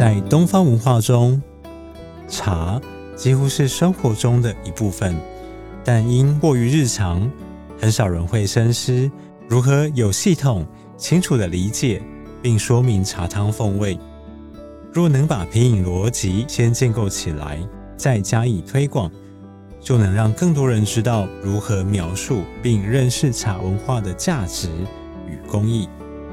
在东方文化中，茶几乎是生活中的一部分，但因过于日常，很少人会深思如何有系统、清楚地理解并说明茶汤风味。若能把品饮逻辑先建构起来，再加以推广，就能让更多人知道如何描述并认识茶文化的价值与工艺。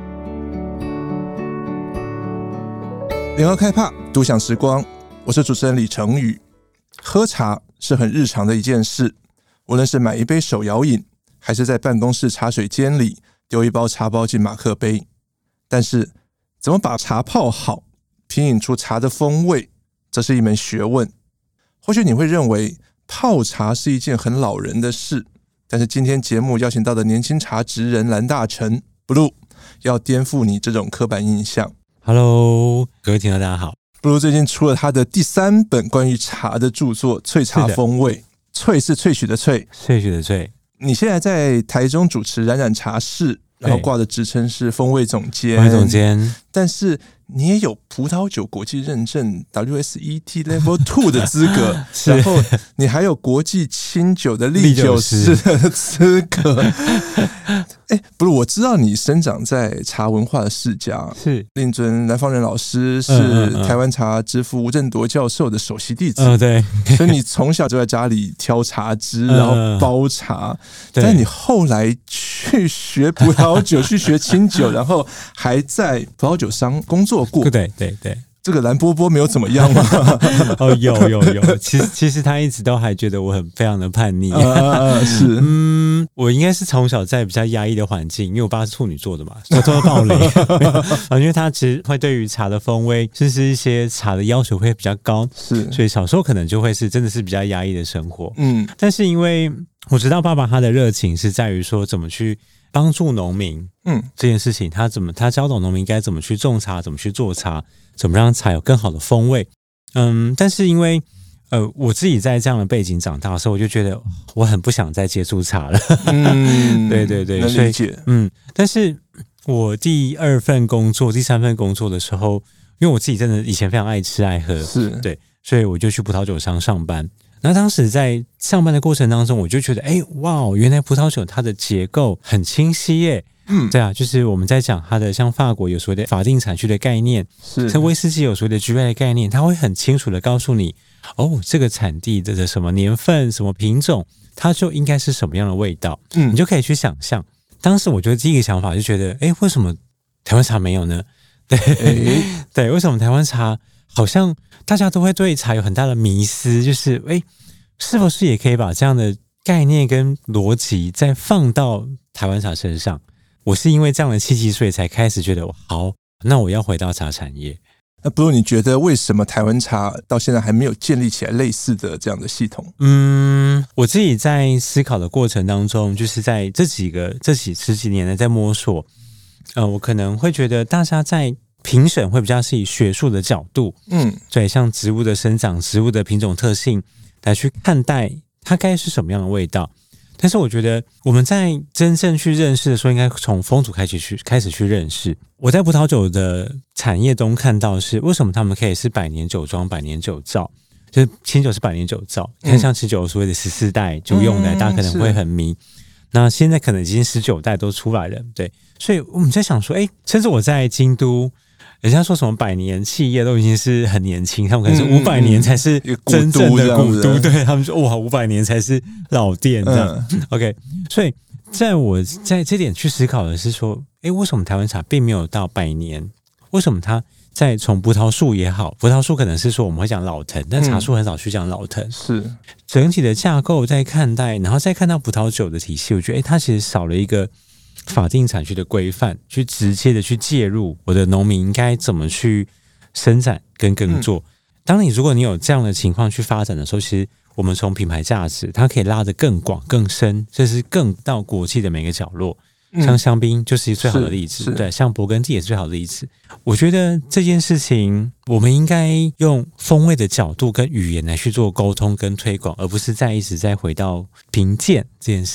联合开帕，独享时光，我是主持人李成宇。喝茶是很日常的一件事，无论是买一杯手摇饮，还是在办公室茶水间里丢一包茶包进马克杯。但是怎么把茶泡好，品饮出茶的风味，这是一门学问。或许你会认为泡茶是一件很老人的事，但是今天节目邀请到的年轻茶职人蓝大成 Blue 要颠覆你这种刻板印象。 Hello， 各位听众大家好。 Blue 最近出了他的第3本关于茶的著作《萃茶风味》，萃是萃取的萃， 萃取的萃。 你现在在台中主持冉冉茶室，然后挂的职称是风味总监。 风味总监， 但是你也有葡萄酒国际认证 WSET Level 2的资格，然后你还有国际清酒的唎酒师的资格。不是，我知道你生长在茶文化的世家， 是令尊南方人老师是台湾茶之父吴振铎教授的首席弟子， 对， 所以你从小就在家里挑茶汁，然后包茶，但你后来去学葡萄酒，去学清酒，然后还在葡萄酒商工作过。 对， 这个蓝波波没有怎么样吗？ 有，其实他一直都还觉得我非常的叛逆。 是， 我应该是从小在比较压抑的环境，因为我爸是处女座的嘛，偷偷爆雷。因为他其实会对于茶的风味，甚至一些茶的要求会比较高， 是， 所以小时候可能就会是真的是比较压抑的生活。但是因为我知道爸爸他的热情是在于说怎么去帮助农民，这件事情他教导农民该怎么去种茶，怎么去做茶，怎么让茶有更好的风味。但是因为我自己在这样的背景长大的时候，我就觉得我很不想再接触茶了。对， 能理解。 但是我第2份工作、第3份工作的时候，因为我自己真的以前非常爱吃爱喝， 是对，所以我就去葡萄酒商上班。那当时在上班的过程当中，我就觉得，哇，原来葡萄酒它的结构很清晰耶。对啊，就是我们在讲它的，像法国有所谓的法定产区的概念，像威士忌有所谓的 GI 的概念，它会很清楚的告诉你，这个产地的什么年份、什么品种，它就应该是什么样的味道，你就可以去想象。当时我觉得第一个想法就觉得，为什么台湾茶没有呢？对，为什么台湾茶好像大家都会对茶有很大的迷思，就是是不是也可以把这样的概念跟逻辑再放到台湾茶身上？我是因为这样的契机，所以才开始觉得好，那我要回到茶产业。 那不如你觉得为什么台湾茶到现在还没有建立起来类似的这样的系统？ 我自己在思考的过程当中，就是在这十几年在摸索。我可能会觉得大家在评审会比较是以学术的角度，对，像植物的生长、植物的品种特性来去看待它该是什么样的味道。但是我觉得我们在真正去认识的时候，应该从风土开始去认识。我在葡萄酒的产业中看到是为什么他们可以是100年酒庄、100年酒造，就是清酒是100年酒造。你看像清酒所谓的14代就用的，大家可能会很迷。那现在可能已经19代都出来了，对，所以我们在想说，甚至我在京都，人家说什么100年企业都已经是很年轻，他们可能是500年才是真正的古都，对，他们说哇，500年才是老店这样。OK， 所以我在这点去思考的是说，为什么台湾茶并没有到100年？为什么它在从葡萄树也好，葡萄树可能是说我们会讲老藤，但茶树很少去讲老藤， 是整体的架构在看待，然后再看到葡萄酒的体系，我觉得它其实少了一个法定产区的规范，去直接的去介入我的农民应该怎么去生产跟耕作。如果你有这样的情况去发展的时候，其实我们从品牌价值，它可以拉得更广更深，这是更到国际的每个角落。像香槟就是最好的例子，对，像勃艮第也是最好的例子。我觉得这件事情，我们应该用风味的角度跟语言来去做沟通跟推广，而不是一直再回到评鉴这件事。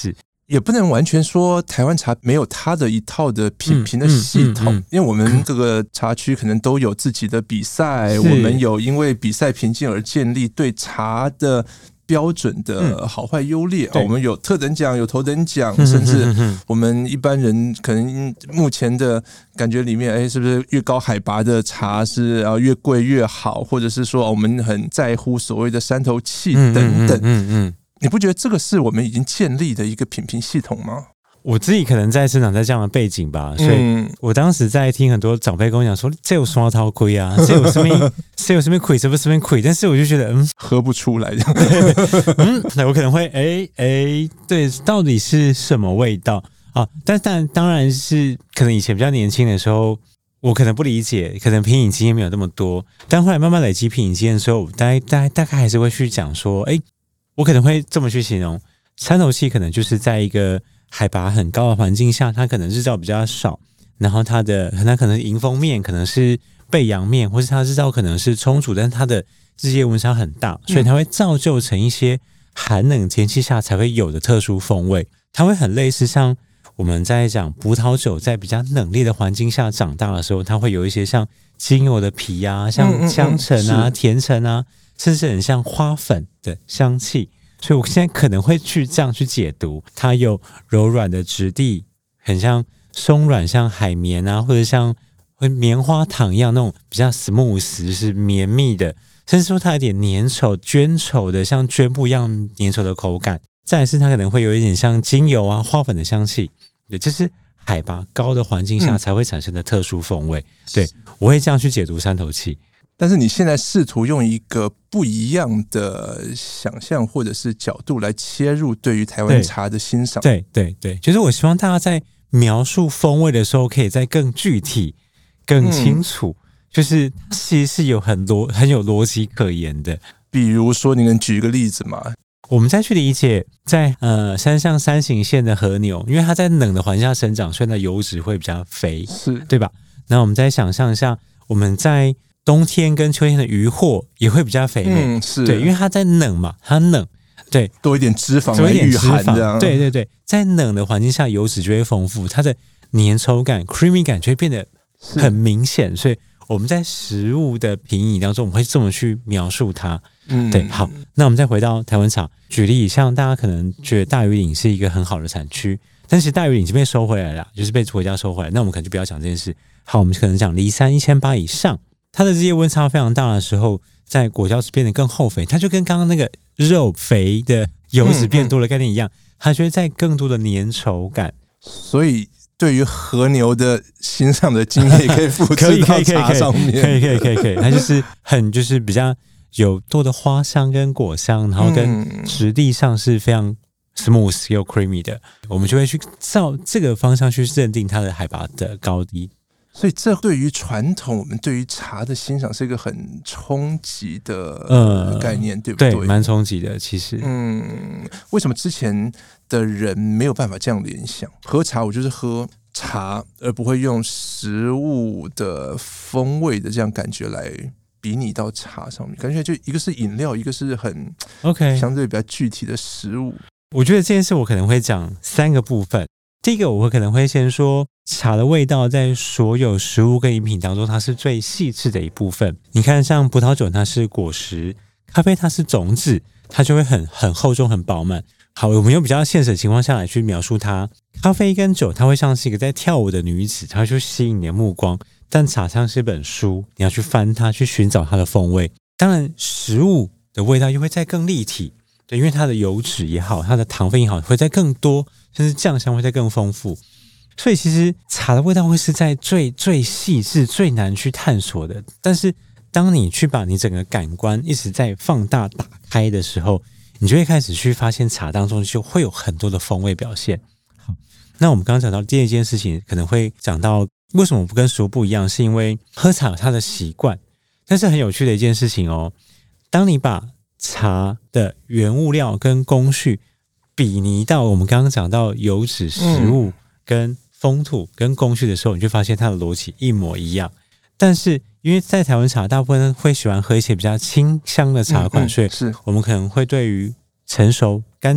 也不能完全说台湾茶没有它的一套的品评的系统，因为我们各个茶区可能都有自己的比赛，我们有因为比赛评鉴而建立对茶的标准的好坏优劣，我们有特等奖，有头等奖，甚至我们一般人可能目前的感觉里面，是不是越高海拔的茶是越贵越好，或者是说我们很在乎所谓的山头气等等。你不觉得这个是我们已经建立的一个品评系统吗？ 我自己可能在生长在这样的背景吧，所以我当时在听很多长辈跟我讲说，这有什么掏亏啊，这有什么亏，什么亏，但是我就觉得喝不出来那我可能会对，到底是什么味道啊？但当然是可能以前比较年轻的时候，我可能不理解，可能品饮经验没有那么多，但后来慢慢累积品饮经验的时候，我大概还是会去讲说，我可能会这么去形容，山头气可能就是在一个海拔很高的环境下，它可能日照比较少，然后它可能是迎风面，可能是背阳面，或是它日照可能是充足，但是它的日夜温差很大，所以它会造就成一些寒冷天气下才会有的特殊风味。它会很类似像我们在讲葡萄酒在比较冷冽的环境下长大的时候，它会有一些像精油的皮啊，像香橙啊、甜橙啊，甚至很像花粉的香气。所以我现在可能会去这样去解读，它有柔软的质地，很像松软，像海绵啊，或者像棉花糖一样那种比较 smooth， 是绵密的，甚至说它有点粘稠、绢稠的，像绢布一样粘稠的口感。再来是它可能会有一点像精油啊、花粉的香气，对，这是海拔高的环境下才会产生的特殊风味。对，我会这样去解读山头气。 但是你现在试图用一个不一样的想象或者是角度来切入对于台湾茶的欣赏。 对，就是我希望大家在描述风味的时候可以再更具体、更清楚，就是其实是有很有逻辑可言的。 比如说，你能举一个例子吗？ 我们再去理解在山上山形县的和牛，因为它在冷的环境下生长，所以它油脂会比较肥， 是对吧？那我们再想象一下，我们在冬天跟秋天的渔获也会比较肥美， 是对，因为它在冷嘛，它冷，对， 多一点脂肪来御寒这样， 对，在冷的环境下，油脂就会丰富，它的粘稠感、creamy 感就会变得很明显，所以我们在食物的品饮当中，我们会这么去描述它。对，好，那我们再回到台湾茶，举例，像大家可能觉得大屿岭是一个很好的产区，但是大屿岭已经被收回来了，就是被国家收回来，那我们可能就不要讲这件事。好，我们可能讲离山1800以上。它的日夜温差非常大的时候，在果胶质变得更厚肥，它就跟刚刚那个肉肥的油脂变多的概念一样，它就会在更多的粘稠感。 所以对于和牛的欣赏的经验也可以复制到茶上面， 可以，它就是比较有多的花香跟果香，然后跟质地上是非常 smooth 又 creamy 的，我们就会去照这个方向去认定它的海拔的高低。 所以这对于传统我们对于茶的欣赏是一个很冲击的概念，对不对？ 对，蛮冲击的其实。 为什么之前的人没有办法这样联想？喝茶我就是喝茶，而不会用食物的风味的这样感觉来比拟到茶上面，感觉就一个是饮料，一个是很 相对比较具体的食物。 我觉得这件事我可能会讲3个部分。第一个，我可能会先说茶的味道在所有食物跟饮品当中，它是最细致的一部分。你看，像葡萄酒它是果实，咖啡它是种子，它就会很厚重、很饱满。好，我们用比较现实的情况下来去描述它。咖啡跟酒，它会像是一个在跳舞的女子，它会去吸引你的目光。但茶像是一本书，你要去翻它，去寻找它的风味。当然，食物的味道又会再更立体。对，因为它的油脂也好，它的糖分也好，会再更多，甚至酱香会再更丰富。所以其实茶的味道会是在最细致、最难去探索的。但是当你去把你整个感官一直在放大打开的时候，你就会开始去发现茶当中就会有很多的风味表现。好，那我们刚刚讲到第二件事情，可能会讲到为什么不跟食物不一样，是因为喝茶有它的习惯。但是很有趣的一件事情哦，当你把茶的原物料跟工序比拟到我们刚刚讲到油脂、食物跟风土跟工序的时候，你就发现它的逻辑一模一样。但是因为在台湾茶大部分会喜欢喝一些比较清香的茶款，所以我们可能会对于成熟、干燥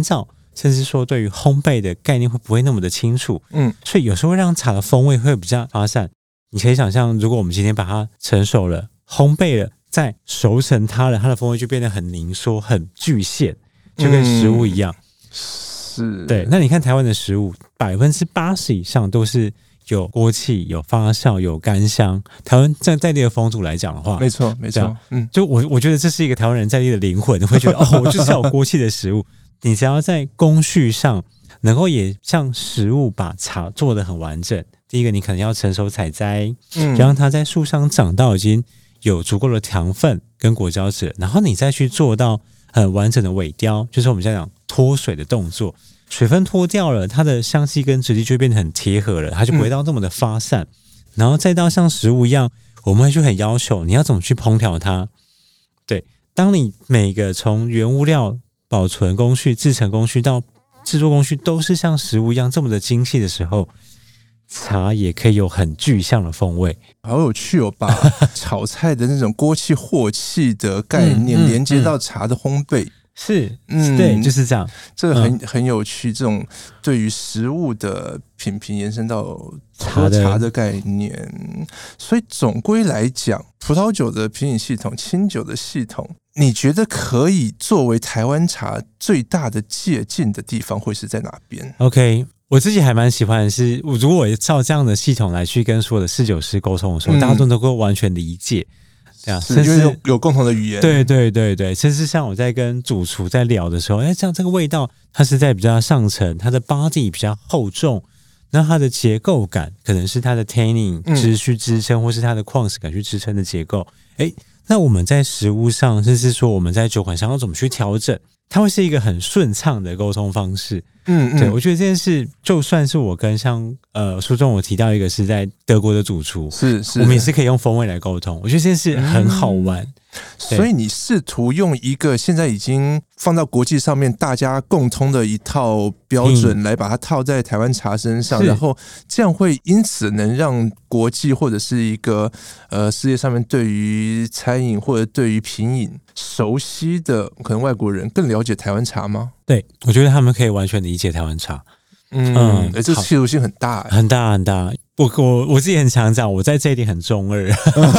甚至说对于烘焙的概念会不会那么的清楚，所以有时候会让茶的风味会比较发散。你可以想象，如果我们今天把它成熟了、烘焙了，再熟成它了，它的风味就变得很凝缩、很具现，就跟食物一样。 是， 对。那你看台湾的食物，80%以上都是有锅气、有发酵、有干香。台湾在地的风土来讲的话， 没错，没错。 就我觉得这是一个台湾人在地的灵魂，会觉得哦，我就是要有锅气的食物。你只要在工序上能够也像食物把茶做得很完整。第一个，你可能要成熟采摘，让它在树上长到已经有足够的糖分跟果胶质，然后你再去做到很完整的萎凋，就是我们在讲脱水的动作，水分脱掉了，它的香气跟质地就会变得很贴合了，它就不会到那么的发散。然后再到像食物一样，我们会去很要求你要怎么去烹调它。对，当你每个从原物料、保存工序、制成工序到制作工序都是像食物一样这么的精细的时候，茶也可以有很具象的风味。 好有趣哦，把炒菜的那种锅气镬气的概念连接到茶的烘焙。 是，对，就是这样。 这个很有趣，这种对于食物的品评延伸到喝茶的概念。所以总归来讲，葡萄酒的品饮系统、清酒的系统，你觉得可以作为台湾茶最大的借鉴的地方会是在哪边 ？OK， 我自己还蛮喜欢的是，如果我照这样的系统来去跟所有的侍酒师沟通的时候，大家都能够完全理解。对啊，甚至有共同的语言。 对对对对，甚至像我在跟主厨在聊的时候，这样这个味道它是在比较上层，它的 body 比较厚重，那它的结构感可能是它的 tannin 去支撑，或是它的矿石感去支撑的结构。那我们在食物上，甚至说我们在酒款上要怎么去调整，它会是一个很顺畅的沟通方式。对，我觉得这件事，就算是我跟像书中我提到一个是在德国的主厨，是我们也是可以用风味来沟通。我觉得这件事很好玩。 所以你试图用一个现在已经放到国际上面大家共通的一套标准来把它套在台湾茶身上，然后这样会因此能让国际或者是一个世界上面对于餐饮或者对于品饮熟悉的可能外国人更了解台湾茶吗？ 对，我觉得他们可以完全理解台湾茶。 这企图心很大， 很大很大。我自己很常讲，我在这一点很中二。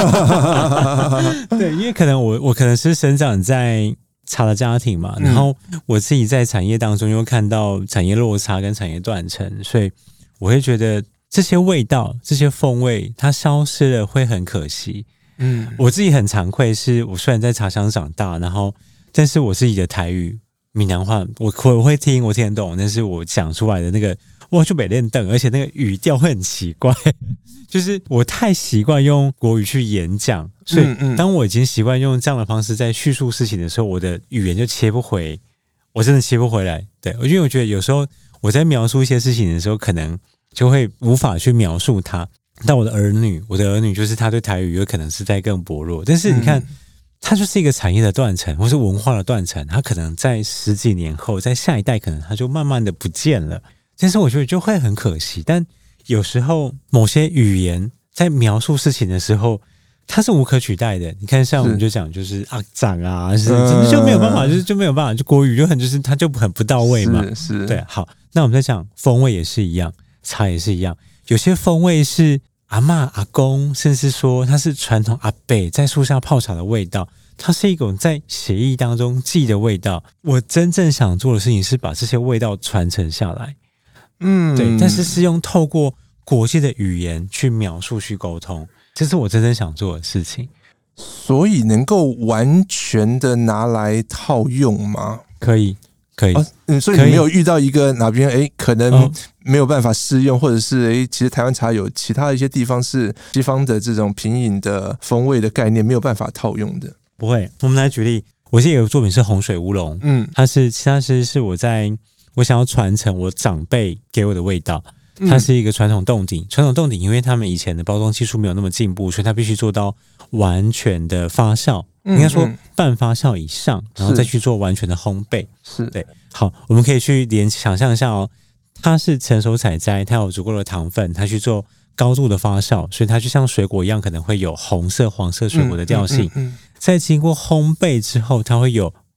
对，因为可能我可能是生长在茶的家庭嘛，然后我自己在产业当中又看到产业落差跟产业断层，所以我会觉得这些味道、这些风味它消失了会很可惜。我自己很惭愧，是我虽然在茶乡长大，然后但是我自己的台语、闽南话我会听，我听得懂，但是我讲出来的那个我就没练凳，而且那个语调会很奇怪，就是我太习惯用国语去演讲，所以当我已经习惯用这样的方式在叙述事情的时候，我的语言就切不回，我真的切不回来。对，因为我觉得有时候我在描述一些事情的时候，可能就会无法去描述它。但我的儿女就是他对台语有可能是在更薄弱，但是你看，它就是一个产业的断层，或是文化的断层，它可能在10几年后，在下一代可能它就慢慢的不见了。但是我觉得就会很可惜，但有时候某些语言在描述事情的时候，它是无可取代的。你看，像我们就讲就是长啊，是真的就没有办法，就没有办法，就国语就很就是它就很不到位嘛。 是， 对。好，那我们在讲风味也是一样，茶也是一样，有些风味是阿嬷、阿公，甚至说它是传统阿伯在树下泡茶的味道。它是一种在血液当中记的味道。我真正想做的事情是把这些味道传承下来。对，但是用透过国际的语言去描述、去沟通，这是我真正想做的事情。 所以能够完全的拿来套用吗？ 可以。 所以你没有遇到一个哪边可能没有办法适用，或者是其实台湾茶有其他的一些地方是西方的这种品饮的风味的概念没有办法套用的？ 不会，我们来举例。我记得有个作品是洪水乌龙，它是我想要传承我长辈给我的味道。它是一个传统冻顶，因为他们以前的包装技术没有那么进步，所以它必须做到完全的发酵，应该说半发酵以上，然后再去做完全的烘焙。 是， 对。好，我们可以去想象一下哦，它是成熟采摘，它有足够的糖分，它去做高度的发酵，所以它就像水果一样，可能会有红色、黄色水果的调性。在经过烘焙之后，它会有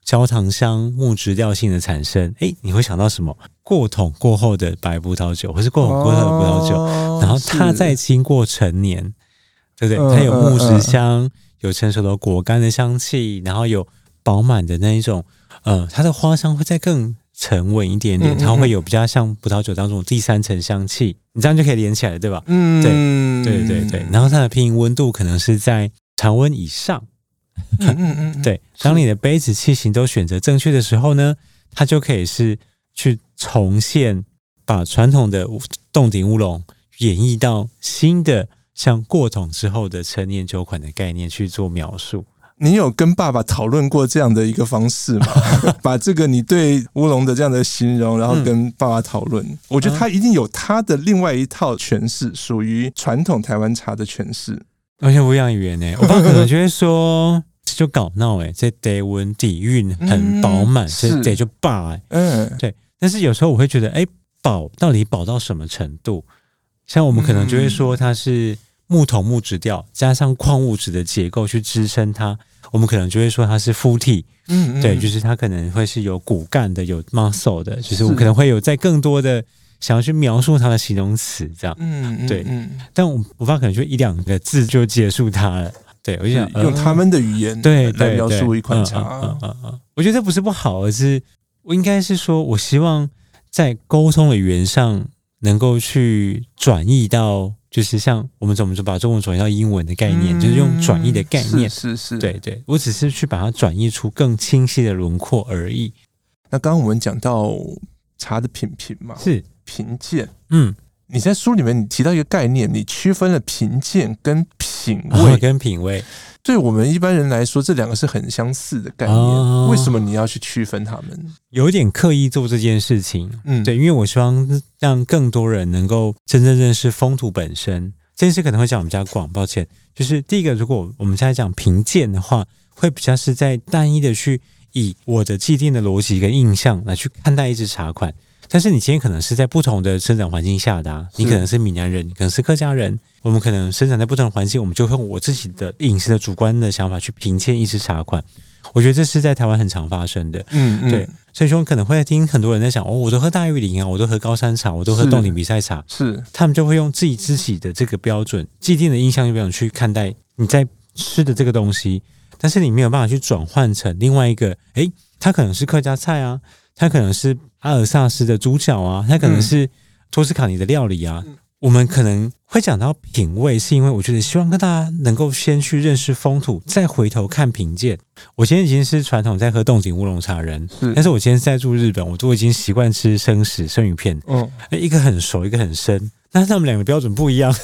焦糖香、木质调性的产生，你会想到什么？过桶过后的白葡萄酒，或是过桶过后的葡萄酒，然后它再经过陈年，对不对？它有木质香，有成熟的果干的香气，然后有饱满的那一种，它的花香会再更沉稳一点点，它会有比较像葡萄酒当中第三层香气，你这样就可以连起来了，对吧？对。然后它的品饮温度可能是在常温以上。对，当你的杯子器型都选择正确的时候呢，它就可以是去重现，把传统的洞顶乌龙演绎到新的像过桶之后的陈年酒款的概念去做描述。 你有跟爸爸讨论过这样的一个方式吗？把这个你对乌龙的这样的形容，然后跟爸爸讨论。我觉得他一定有他的另外一套诠释，属于传统台湾茶的诠释。 完全不一样语言我爸可能就会说就搞闹这低温底蕴很饱满，这得就霸对。但是有时候我会觉得饱到底饱到什么程度？像我们可能就会说它是木桶木质调加上矿物质的结构去支撑它，我们可能就会说它是麸体。对，就是它可能会是有骨干的，有 muscle 的，就是我们可能会有在更多的想要去描述它的形容词这样。对。但我爸可能就一两个字就结束它了。对，我就想用他们的语言来描述一款茶。 我觉得这不是不好，而是我应该是说，我希望在沟通的语言上能够去转译到，就是像我们怎么就把中文转译到英文的概念，就是用转译的概念。 是。 对，我只是去把它转译出更清晰的轮廓而已。 那刚刚我们讲到茶的品评嘛， 是评鉴。你在书里面你提到一个概念，你区分了评鉴跟品味。 跟品味， 对我们一般人来说，这两个是很相似的概念。为什么你要去区分它们？ 有点刻意做这件事情。对，因为我希望让更多人能够真正认识风土本身。这件事可能会讲比较广，抱歉。就是第一个，如果我们现在讲评鉴的话，会比较是在单一的去以我的既定的逻辑跟印象来去看待一支茶款。但是你今天可能是在不同的生长环境下的你可能是闽南人，你可能是客家人，我们可能生长在不同的环境，我们就用我自己的饮食的主观的想法去评鉴一支茶款。我觉得这是在台湾很常发生的。对，所以说可能会听很多人在讲我都喝大玉林我都喝高山茶，我都喝冻顶比赛茶， 是他们就会用自己的这个标准，既定的印象标准去看待你在吃的这个东西，但是你没有办法去转换成另外一个，它可能是客家菜它可能是阿尔萨斯的猪脚它可能是托斯卡尼的料理我们可能会讲到品味，是因为我觉得希望跟大家能够先去认识风土，再回头看评鉴。我现在已经是传统在喝冻顶乌龙茶人，但是我今天在住日本，我都已经习惯吃生食生鱼片，一个很熟，一个很生，但是他们两个标准不一样。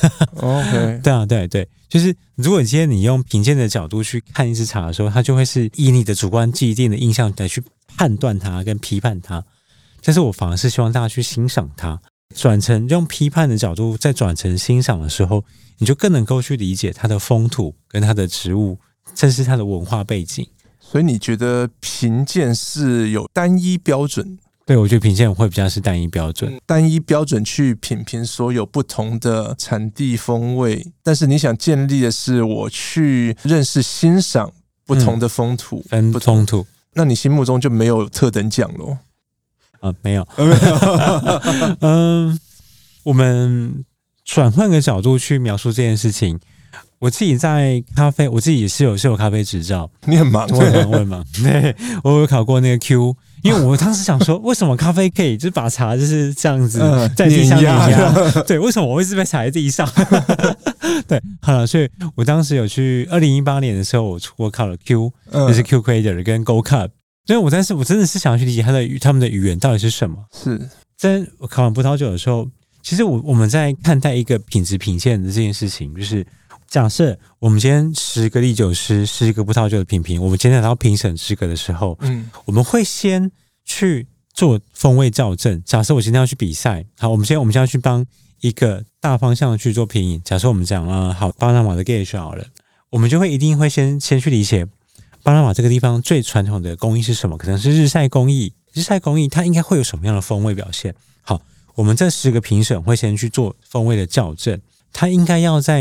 OK， 对，就是如果今天你用评鉴的角度去看一支茶的时候，它就会是以你的主观既定的印象来去判断它跟批判它，但是我反而是希望大家去欣赏它，转成用批判的角度再转成欣赏的时候，你就更能够去理解它的风土跟它的植物，甚至它的文化背景。 所以你觉得评鉴是有单一标准？ 对，我觉得评鉴会比较是单一标准， 单一标准去品评所有不同的产地风味，但是你想建立的是我去认识欣赏不同的风土， 风土， 那你心目中就没有特等奖咯？ 没有。我们转换个角度去描述这件事情。我自己在咖啡，我自己也是有咖啡执照。 你很忙， 我很忙。对，我有考过那个 Q， 因为我当时想说，为什么咖啡可以就是把茶就是这样子在地上碾压？对，为什么我会是被踩在地上？对，好了，所以我当时有去2018年的时候，我考了 Q， 就是 Q Grader 跟 Gold Cup。所以我真的是想要去理解他们的语言到底是什么。 是在我考完葡萄酒的时候，其实我们在看待一个品质评鉴的这件事情，就是假设我们今天10个唎酒师10个葡萄酒的品评，我们今天来到评审资格的时候，我们会先去做风味校正。假设我今天要去比赛，好，我们现在要去帮一个大方向去做评饮。假设我们讲好巴拿马的 Gage 好了，我们就一定会先去理解巴拿马这个地方最传统的工艺是什么，可能是日晒工艺。日晒工艺它应该会有什么样的风味表现？好，我们这10个评审会先去做风味的校正，它应该要在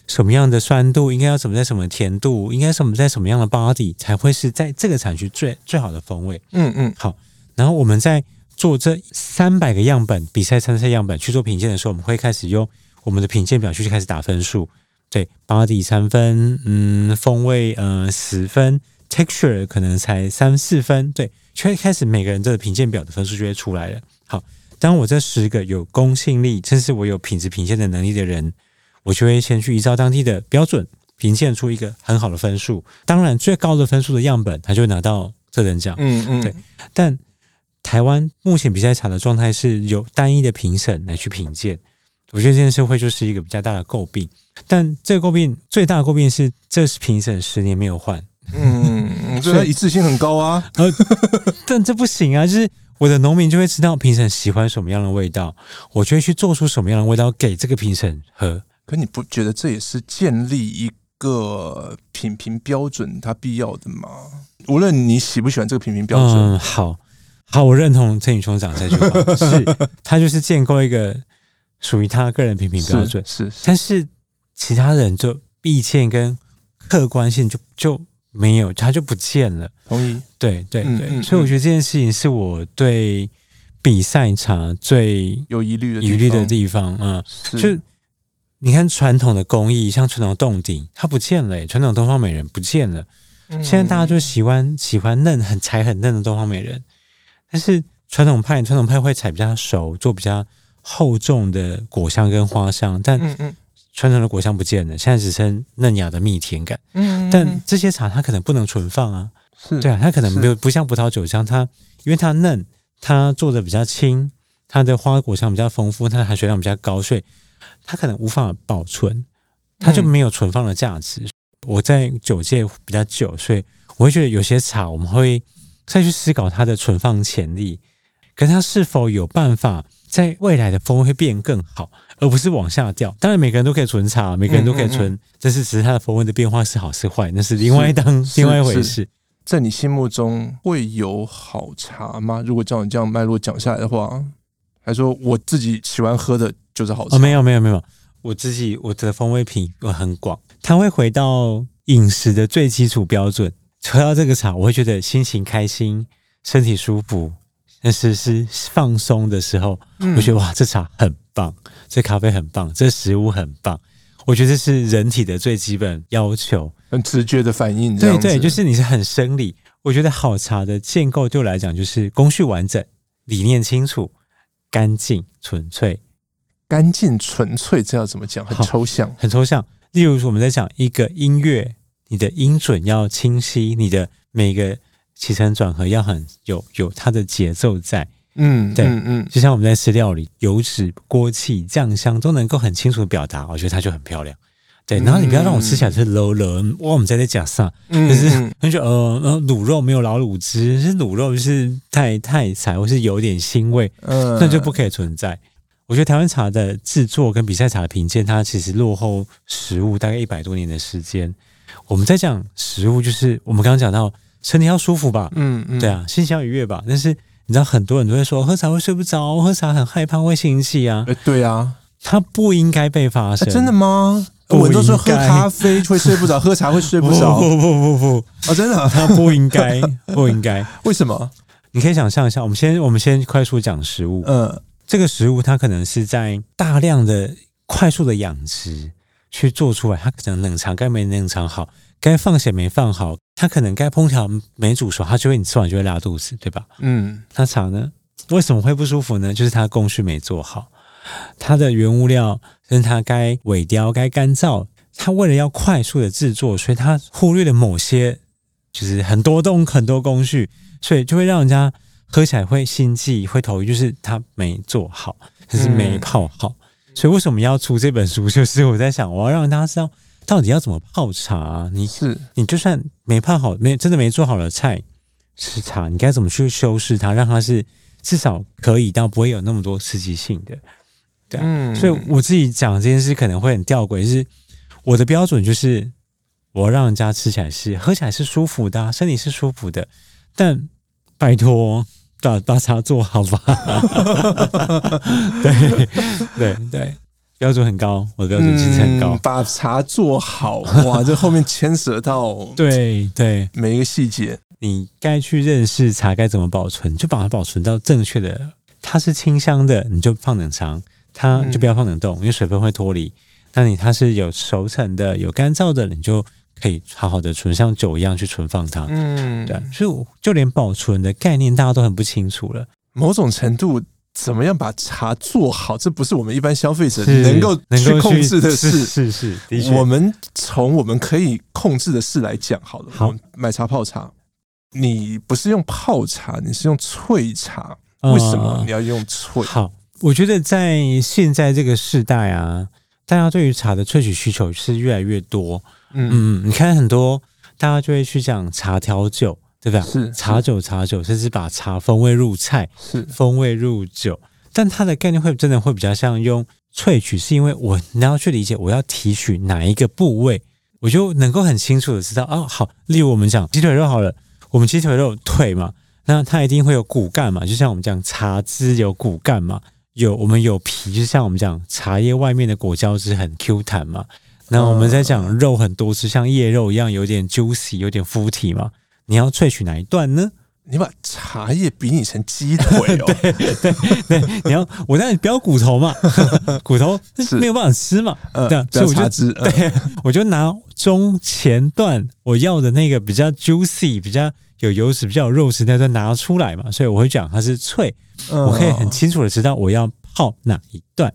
什么样的酸度，应该要怎么在什么甜度，应该什么在什么样的 body 才会是在这个产区最好的风味。好，然后我们在做这300个样本比赛参赛样本去做评鉴的时候，我们会开始用我们的评鉴表去开始打分数。对 ，body 3分，风味10分 ，texture 可能才3-4分，对，就会开始每个人的评鉴表的分数就会出来了。好，当我这10个有公信力，甚至我有品质评鉴的能力的人，我就会先去依照当地的标准评鉴出一个很好的分数。当然，最高的分数的样本，他就会拿到这等奖。对。但台湾目前比赛茶的状态是有单一的评审来去评鉴，我觉得这件事会就是一个比较大的诟病。但这个诟病最大的诟病是，这是评审10年没有换。 所以它一致性很高啊。 但这不行啊，就是我的农民就会知道评审喜欢什么样的味道，我就会去做出什么样的味道给这个评审喝。 可你不觉得这也是建立一个品评标准它必要的吗？无论你喜不喜欢这个品评标准。 好，我认同陈宇兄讲这句话，是他就是建构一个属于他个人品评标准， 是， 但是其他人就意见跟客观性就没有，他就不见了。 同意。 对，所以我觉得这件事情是我对比赛茶最有疑虑的地方。就你看传统的工艺，像传统冻顶，它不见了，传统东方美人不见了。现在大家就喜欢嫩很嫩的东方美人，但是传统派会采比较熟，做比较厚重的果香跟花香，但传统的果香不见了，现在只剩嫩雅的蜜甜感。但这些茶它可能不能存放啊，对啊，它可能不像葡萄酒香，它因为它嫩，它做的比较轻，它的花果香比较丰富，它的含水量比较高，所以它可能无法保存，它就没有存放的价值。我在酒界比较久，所以我会觉得有些茶我们会再去思考它的存放潜力，跟它是否有办法在未来的风味会变更好，而不是往下掉。当然每个人都可以存茶，每个人都可以存，但是只是它的风味的变化是好是坏，那是另外一回事。 在你心目中会有好茶吗？如果照你这样脉络讲下来的话，还说我自己喜欢喝的就是好茶？没有，我的风味品很广，它会回到饮食的最基础标准。喝到这个茶，我会觉得心情开心，身体舒服，但是放松的时候，我觉得哇，这茶很棒，这咖啡很棒，这食物很棒。我觉得这是人体的最基本要求，很直觉的反应。对，就是你是很生理。我觉得好茶的建构对我来讲，就是工序完整，理念清楚，干净纯粹。干净纯粹这要怎么讲？很抽象，很抽象。例如我们在讲一个音乐，你的音准要清晰，你的每个起承转合要很有它的节奏在。对，就像我们在吃料理，油脂、锅气、酱香都能够很清楚的表达，我觉得它就很漂亮。对，然后你不要让我吃起来是 low 了，哇，我们在讲啥？就是就觉得卤肉没有老卤汁，是卤肉就是太柴，或是有点腥味，那就不可以存在。我觉得台湾茶的制作跟比赛茶的评鉴，它其实落后食物大概100多年的时间。我们在讲食物，就是我们刚刚讲到身体要舒服吧，对啊，心情要愉悦吧。但是你知道很多人都会说喝茶会睡不着，喝茶很害怕会心悸啊。对啊，它不应该被发生。真的吗？我都说喝咖啡会睡不着，喝茶会睡不着。不，真的，它不应该，不应该。为什么？你可以想象一下，我们先快速讲食物。这个食物它可能是在大量的快速的养殖去做出来，它可能冷藏该没冷藏好，该放血没放好，它可能该烹调没煮熟，它就会你吃完就会拉肚子，对吧？那茶呢，为什么会不舒服呢？就是它工序没做好，它的原物料跟它该萎凋该干燥，它为了要快速的制作，所以它忽略了某些就是很多工序，所以就会让人家喝起来会心悸会头晕，就是它没做好，就是没泡好。所以为什么要出这本书，就是我在想我要让大家知道到底要怎么泡茶。你就算没泡好，真的没做好的菜吃茶，你该怎么去修饰它，让它是至少可以到不会有那么多刺激性的。对啊，所以我自己讲这件事可能会很吊诡，是我的标准就是我要让人家吃起来是喝起来是舒服的，身体是舒服的，但拜托把茶做好吧。对， 标准很高，我的标准其实很高。 把茶做好，哇，这后面牵涉到对每一个细节。 你该去认识茶该怎么保存，就把它保存到正确的。它是清香的，你就放冷藏，它就不要放冷冻，因为水分会脱离。那它是有熟成的、有干燥的，你就可以好好的存，像酒一样去存放它。对，所以就连保存的概念大家都很不清楚了。 某种程度，怎么样把茶做好，这不是我们一般消费者能够去控制的事。 是，的确。 我们从我们可以控制的事来讲好了。好，买茶泡茶，你不是用泡茶，你是用萃茶，为什么你要用萃？ 好，我觉得在现在这个世代啊，大家对于茶的萃取需求是越来越多。你看很多大家就会去讲茶调酒。对吧？ 是茶酒，甚至把茶风味入菜， 是风味入酒，但它的概念真的会比较像用萃取，是因为你要去理解我要提取哪一个部位，我就能够很清楚的知道哦。好，例如我们讲鸡腿肉好了，我们鸡腿肉腿嘛，那它一定会有骨干嘛，就像我们讲茶汁有骨干嘛，我们有皮，就像我们讲茶叶外面的果胶质很 Q 弹嘛，那我们在讲肉很多汁，像叶肉一样有点 juicy， 有点肤体嘛。你要萃取哪一段呢？ 你把茶叶比拟成鸡腿哦。 对，我当然不要骨头嘛，骨头没有办法吃嘛。 所以我就我就拿中前段我要的那个比较 juicy、比较有油脂、比较有肉质那段拿出来嘛。所以我会讲它是萃，我可以很清楚的知道我要泡哪一段。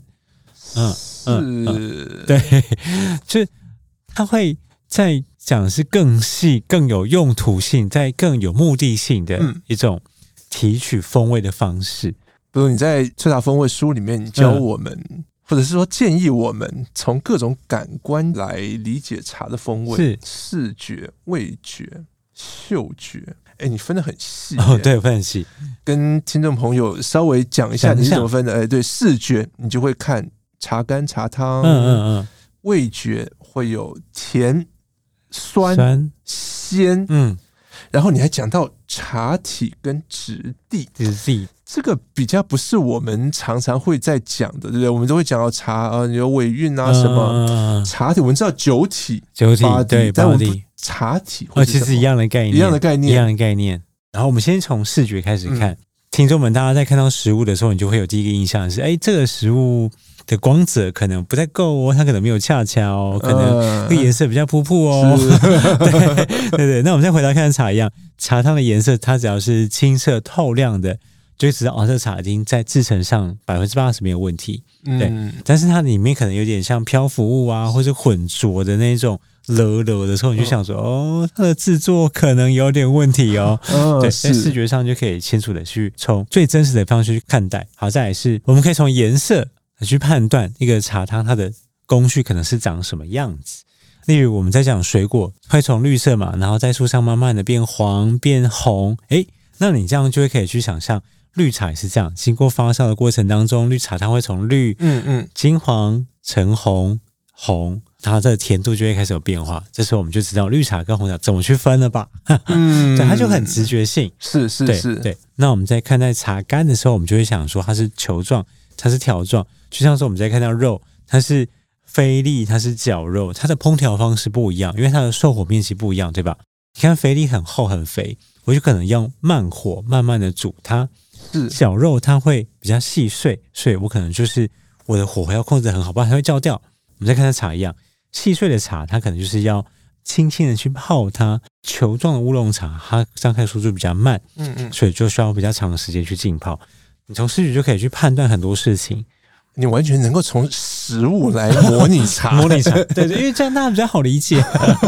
对，就是它会在讲的是更细、更有用途性、在更有目的性的一种提取风味的方式。 比如你在萃茶风味书里面，你教我们，或者是说建议我们从各种感官来理解茶的风味，是视觉、味觉、嗅觉。你分得很细哦，对，分很细。 跟听众朋友稍微讲一下你是怎么分的。对，视觉你就会看茶干、茶汤。味觉会有甜、酸、鲜，然后你还讲到茶体跟质地，这个比较不是我们常常会在讲的，对不对？我们都会讲到茶有尾韵啊什么，茶体我们知道酒体对， 但我们茶体其实一样的概念。然后我们先从视觉开始看，听众们大家在看到食物的时候，你就会有第一个印象是，这个食物的光泽可能不太够哦，它可能没有恰恰哦，可能这个颜色比较扑扑哦。对。那我们再回来看茶一样，茶汤的颜色，它只要是清澈透亮的，就会知道这茶已经在制成上80%没有问题。对，但是它里面可能有点像漂浮物啊，或是混浊的那种了的时候，你就想说它的制作可能有点问题哦。对，在视觉上就可以清楚的去从最真实的方式去看待。好，再来是我们可以从颜色去判断一个茶汤它的工序可能是长什么样子。例如我们在讲水果会从绿色嘛，然后在树上慢慢的变黄变红，那你这样就会可以去想象绿茶也是这样，经过发酵的过程当中，绿茶它会从绿金黄橙红红，然后这个甜度就会开始有变化，这时候我们就知道绿茶跟红茶怎么去分了吧。对，它就很直觉性。 是对。那我们在看待茶干的时候，我们就会想说它是球状，它是条状，就像是我们在看到肉，它是菲力，它是绞肉，它的烹调方式不一样，因为它的受火面积不一样，对吧？你看菲力很厚很肥，我就可能用慢火慢慢的煮它。绞肉它会比较细碎，所以我可能就是我的火候要控制很好，不然它会焦掉。我们再看它茶一样，细碎的茶它可能就是要轻轻的去泡它，球状的乌龙茶它张开速度比较慢，所以就需要比较长的时间去浸泡。你从视觉就可以去判断很多事情， 你完全能够从食物来模拟茶， 对，因为这样大家比较好理解。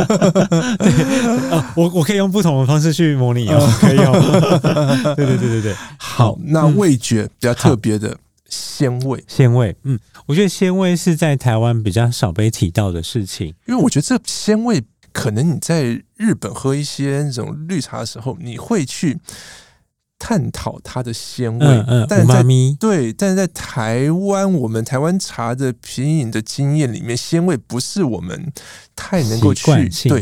我可以用不同的方式去模拟可以哦。对。 好，那味觉比较特别的鲜味， 我觉得鲜味是在台湾比较少被提到的事情， 因为我觉得这鲜味可能你在日本喝一些那种绿茶的时候，你会去探讨它的鲜味，但是在台湾，我们台湾茶的品饮的经验里面，鲜味不是我们太能够去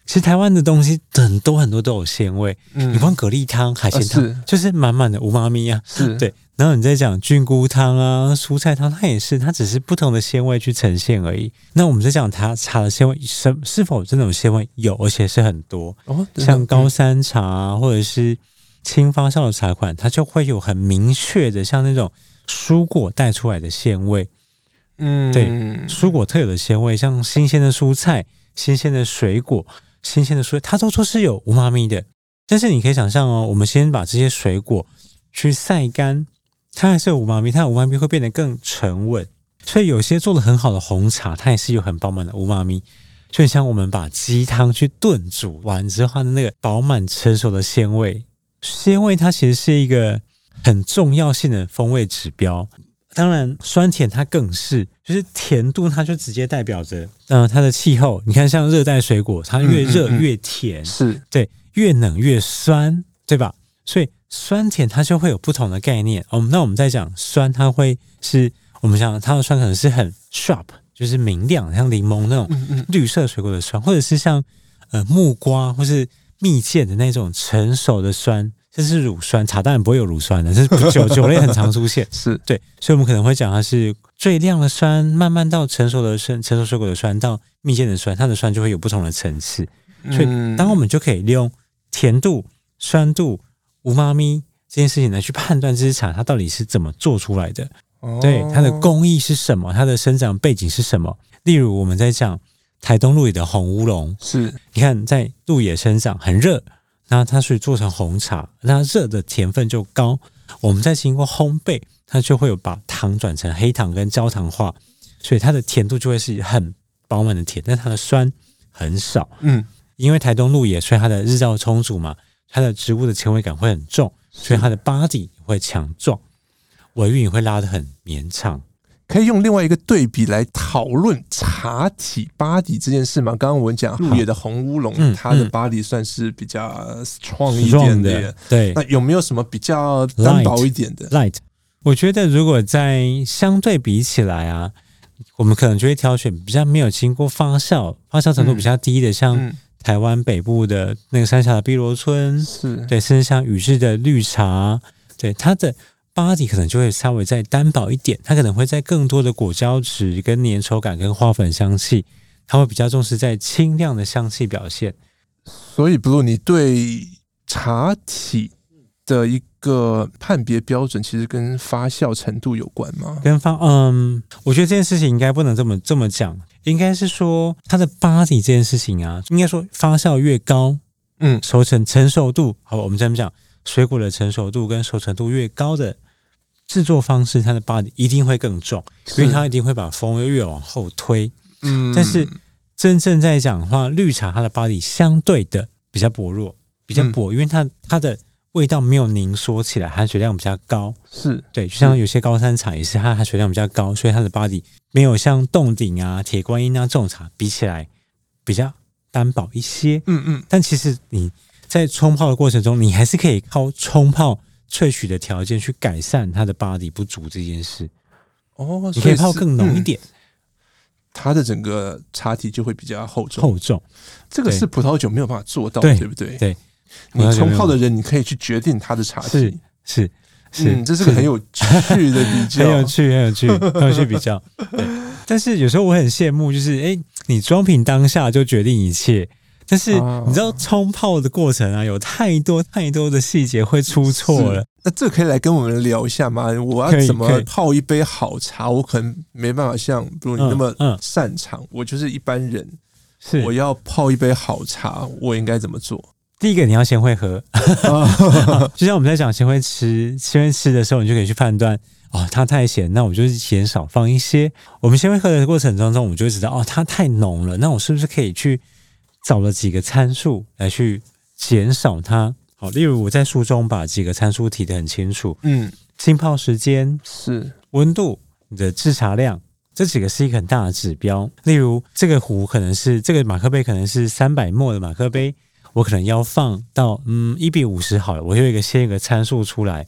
其实台湾的东西很多都有鲜味，你光蛤蜊汤、海鲜汤，就是满满的无妈咪啊， 是对。然后你再讲菌菇汤啊、蔬菜汤，它也是，它只是不同的鲜味去呈现而已。那我们在讲它茶的鲜味是否真的有鲜味？有，而且是很多。像高山茶啊，或者是轻发酵的茶款，它就会有很明确的，像那种蔬果带出来的鲜味。对，蔬果特有的鲜味，像新鲜的蔬菜、新鲜的水果、新鲜的蔬菜，它都说是有无妈咪的。但是你可以想象哦，我们先把这些水果去晒干。它还是有无妈咪，它的无妈咪会变得更沉稳，所以有些做得很好的红茶，它也是有很饱满的无妈咪。就像我们把鸡汤去炖煮完之后，它的那个饱满成熟的鲜味，它其实是一个很重要性的风味指标。当然，酸甜它更是，就是甜度它就直接代表着，它的气候。你看，像热带水果，它越热越甜， 是对，越冷越酸，对吧？所以酸甜它就会有不同的概念。那我们在讲酸，它会是我们想它的酸可能是很 sharp， 就是明亮，像柠檬那种绿色水果的酸，或者是像木瓜或是蜜饯的那种成熟的酸，这是乳酸。茶当然不会有乳酸的，这是酒类很常出现。 是对， 所以我们可能会讲它是最亮的酸，慢慢到成熟水果的酸，到蜜饯的酸，它的酸就会有不同的层次。所以当我们就可以利用甜度、酸度、无妈咪这件事情来去判断这支茶它到底是怎么做出来的，对，它的工艺是什么，它的生长背景是什么。例如我们在讲台东鹿野的红乌龙， 是你看在鹿野生长很热，那它所以做成红茶，那热的甜分就高，我们再经过烘焙，它就会有把糖转成黑糖跟焦糖化，所以它的甜度就会是很饱满的甜，但它的酸很少。因为台东鹿野，所以它的日照充足嘛，它的植物的纤维感会很重，所以它的 body 会强壮，尾韵也会拉得很绵长。 可以用另外一个对比来讨论茶体 body 这件事吗？刚刚我们讲鹿野的红乌龙，它的 body 算是比较 strong 一点点， 对。 那有没有什么比较单薄一点的 light？ 我觉得如果在相对比起来啊，我们可能就会挑选比较没有经过发酵程度比较低的，像台湾北部的那个三峡的碧螺春， 是对，甚至像宇治的绿茶，对，它的 body 可能就会稍微再单薄一点，它可能会在更多的果胶质跟粘稠感跟花粉香气，它会比较重视在清亮的香气表现。 所以 Blue 你对茶体的一个判别标准其实跟发酵程度有关吗？ 我觉得这件事情应该不能这么讲，应该是说它的 body 这件事情啊，应该说发酵越高，成熟度，好，我们这么讲，水果的成熟度跟熟成度越高的制作方式，它的 body 一定会更重，因为它一定会把风味越往后推。但是真正在讲的话，绿茶它的 body 相对的比较薄弱，因为它的味道没有凝缩起来，含水量比较高。是对，就像有些高山茶也是，它含水量比较高，所以它的 body 没有像冻顶啊、铁观音啊这种茶比起来比较单薄一些。但其实你在冲泡的过程中，你还是可以靠冲泡萃取的条件去改善它的 body 不足这件事。你可以泡更浓一点， 它的整个茶体就会比较厚重。这个是葡萄酒没有办法做到，对不对？对，你冲泡的人，你可以去决定它的茶体。是，这是个很有趣的比较，很有趣比较。但是有时候我很羡慕，就是你装瓶当下就决定一切。但是你知道冲泡的过程啊，有太多的细节会出错了。那这可以来跟我们聊一下吗？我要怎么泡一杯好茶？我可能没办法像比如你那么擅长，我就是一般人。我要泡一杯好茶，我应该怎么做？第一个，你要先会喝，就像我们在讲先会吃的时候，你就可以去判断它太咸，那我就减少放一些。我们先会喝的过程当中，我们就会知道它太浓了，那我是不是可以去找了几个参数来去减少它？好，例如我在书中把几个参数提得很清楚，浸泡时间、是温度、你的制茶量，这几个是一个很大的指标。例如这个壶可能是这个马克杯可能是300ml的马克杯，我可能要放到1:50好了，我有先一个参数出来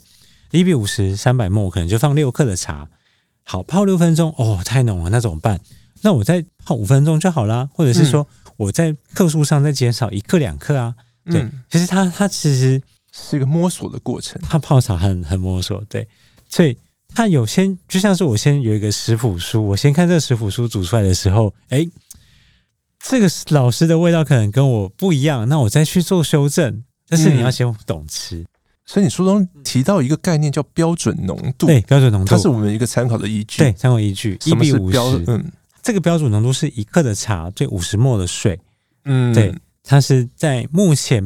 ，1:50 300ml，我可能就放6克的茶。好，泡6分钟，太浓了，那怎么办？那我再泡5分钟就好啦，或者是说我在克数上再减少1克2克啊。对，其实它其实是一个摸索的过程。 它泡茶很摸索，对，所以它有先就像是我先有一个食谱书，我先看这个食谱书煮出来的时候，这个老师的味道可能跟我不一样，那我再去做修正。但是你要先懂吃。 所以你书中提到一个概念叫标准浓度， 对，标准浓度， 它是我们一个参考的依据。 对，参考依据什么是 1:50。这个标准浓度是1克的茶对50ml的水。对，它是在目前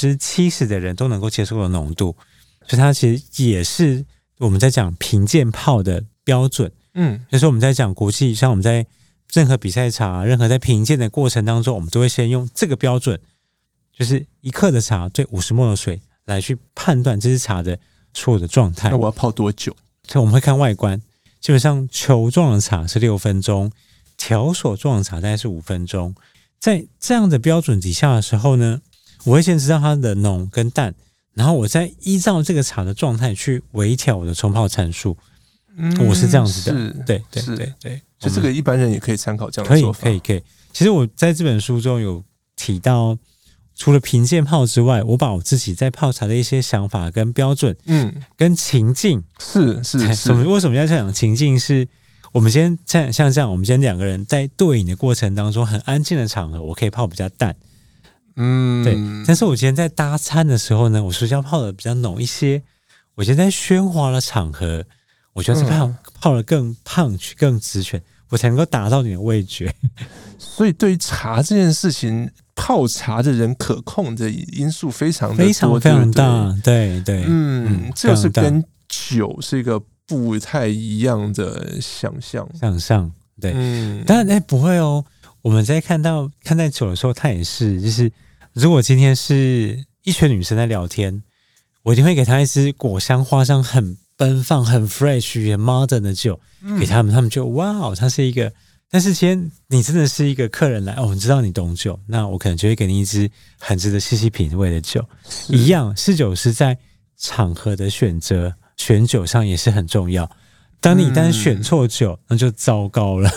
70%的人都能够接受的浓度，所以它其实也是我们在讲评鉴泡的标准。就是我们在讲国际，像我们在任何比赛茶、任何在评鉴的过程当中，我们都会先用这个标准，就是1克的茶对50ml的水来去判断这支茶的所有的状态。 那我要泡多久？ 所以我们会看外观，基本上球状的茶是6分钟，条索状的茶大概是5分钟。在这样的标准底下的时候呢，我会先知道它的浓跟淡，然后我再依照这个茶的状态去微调我的冲泡参数。我是这样子的，对， 就这个一般人也可以参考这样的做法。 可以。其实我在这本书中有提到，除了评鉴泡之外，我把我自己在泡茶的一些想法跟标准，跟情境， 是为什么要讲情境？是我们今天像这样，我们今天2个人在对饮的过程当中，很安静的场合，我可以泡比较淡，对。但是我今天在搭餐的时候呢，我是要泡的比较浓一些。我今天在喧哗的场合，我觉得是泡的更punch、更直拳，我才能够打到你的味觉。 所以对于茶这件事情，泡茶的人可控的因素非常的多， 非常大，对， 这是跟酒是一个不太一样的想象， 对，当然不会哦。我们在看待酒的时候，它也是，就是如果今天是一群女生在聊天，我一定会给她一支果香花香很奔放、很 fresh、很 modern 的酒，给他们就哇，它是一个。但是今天你真的是一个客人来你知道你懂酒，那我可能就会给你一支很值得细细品味的酒。一样，侍酒师在场合的选酒上也是很重要。当你一旦选错酒，那就糟糕了。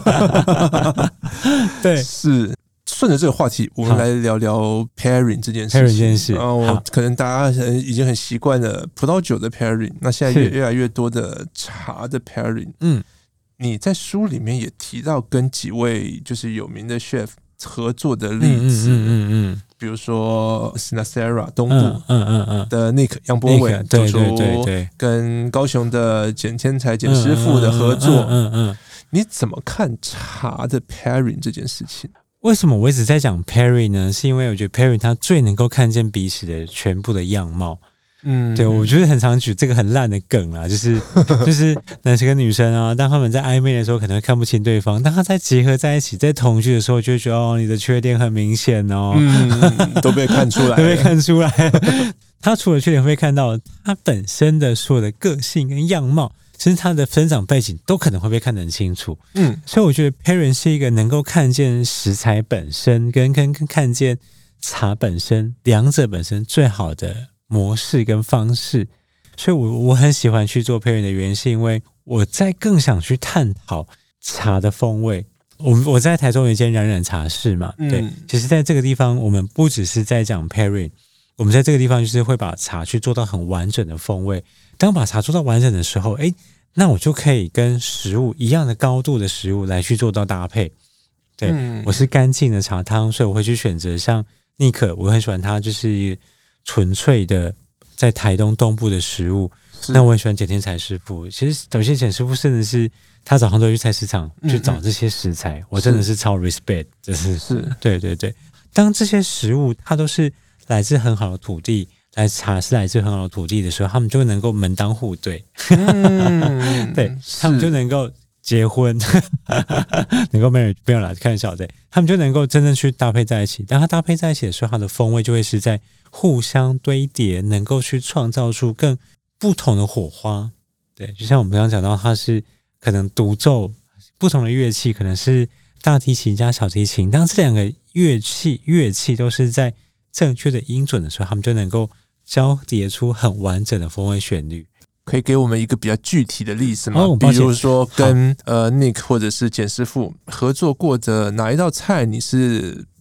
对， 是。顺着这个话题，我们来聊聊 pairing 这件事。可能大家已经很习惯了葡萄酒的 pairing， 那现在越来越多的茶的 pairing。你在书里面也提到跟几位就是有名的 chef 合作的例子，比如说 Sinasera 东部的 Nick 杨博伟主厨，跟高雄的简天才简师傅的合作，你怎么看茶的 pairing 这件事情？ 为什么我一直在讲 pairing 呢？是因为我觉得 pairing 它最能够看见彼此的全部的样貌。对，我觉得很常举这个很烂的梗啦，就是男生跟女生啊，当他们在暧昧的时候可能会看不清对方，当他在结合在一起，在同居的时候，就会觉得你的缺点很明显哦， 都被看出来， 他除了缺点会看到他本身的所有的个性跟样貌，甚至他的生长背景都可能会被看得很清楚。所以我觉得 pairing 是一个能够看见食材本身跟看见茶本身两者本身最好的模式跟方式。所以我很喜欢去做 pairing 的原因，是因为我在更想去探讨茶的风味。我在台中有一间冉冉茶室嘛，对，其实在这个地方我们不只是在讲 pairing， 我们在这个地方就是会把茶去做到很完整的风味。当把茶做到完整的时候，那我就可以跟食物一样的高度的食物来去做到搭配。对，我是干净的茶汤，所以我会去选择像尼克，我很喜欢它就是纯粹的在台东东部的食物。那我很喜欢简天才师傅，其实有些简师傅甚至是他早上都会去菜市场去找这些食材，我真的是超 respect， 就是对。当这些食物它都是来自很好的土地，茶是来自很好的土地的时候，他们就能够门当户对，对，他们就能够结婚，能够 marry， 不要啦，开玩笑，对，他们就能够真正去搭配在一起。当它搭配在一起的时候，它的风味就会是在互相堆叠，能够去创造出更不同的火花。对，就像我们刚刚讲到，它是可能独奏不同的乐器，可能是大提琴加小提琴，当这两个乐器都是在正确的音准的时候，他们就能够交叠出很完整的风味旋律。 可以给我们一个比较具体的例子吗？比如说跟Nick 或者是简师傅合作过的哪一道菜你是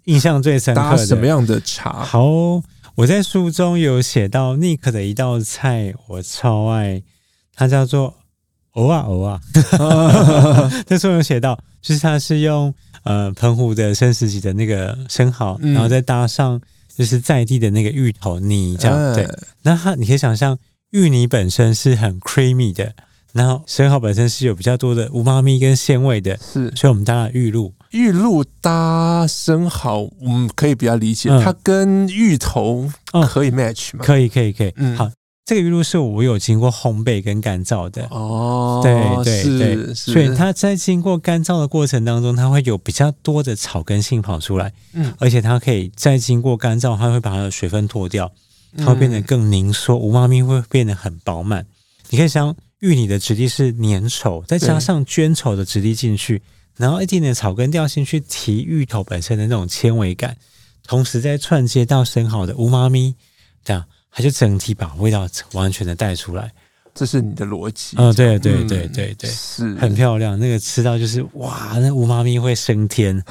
印象最深刻的搭什么样的茶？ 好，我在书中有写到 Nick 的一道菜，我超爱，它叫做藕啊，这书有写到，就是它是用澎湖的生食级的那个生蚝，然后再搭上就是在地的那个芋头泥，这样对。那你可以想象，芋泥本身是很 creamy 的，然后生蚝本身是有比较多的无妈咪跟鲜味的， 是， 所以我们搭了玉露。 玉露搭生蚝，我们可以比较理解，它跟芋头可以 match 吗？ 可以。好，这个玉露是我有经过烘焙跟干燥的哦， 对，所以它在经过干燥的过程当中，它会有比较多的草根性跑出来，而且它可以再经过干燥，它会把它的水分脱掉，它会变得更凝缩，无妈咪会变得很饱满。你可以想芋泥的质地是粘稠，再加上绢稠的质地进去，然后一点点草根调进去提芋头本身的那种纤维感，同时再串接到生蚝的无妈咪，这样它就整体把味道完全的带出来。 这是你的逻辑。 对， 是很漂亮。那个吃到就是哇，那无妈咪会升天。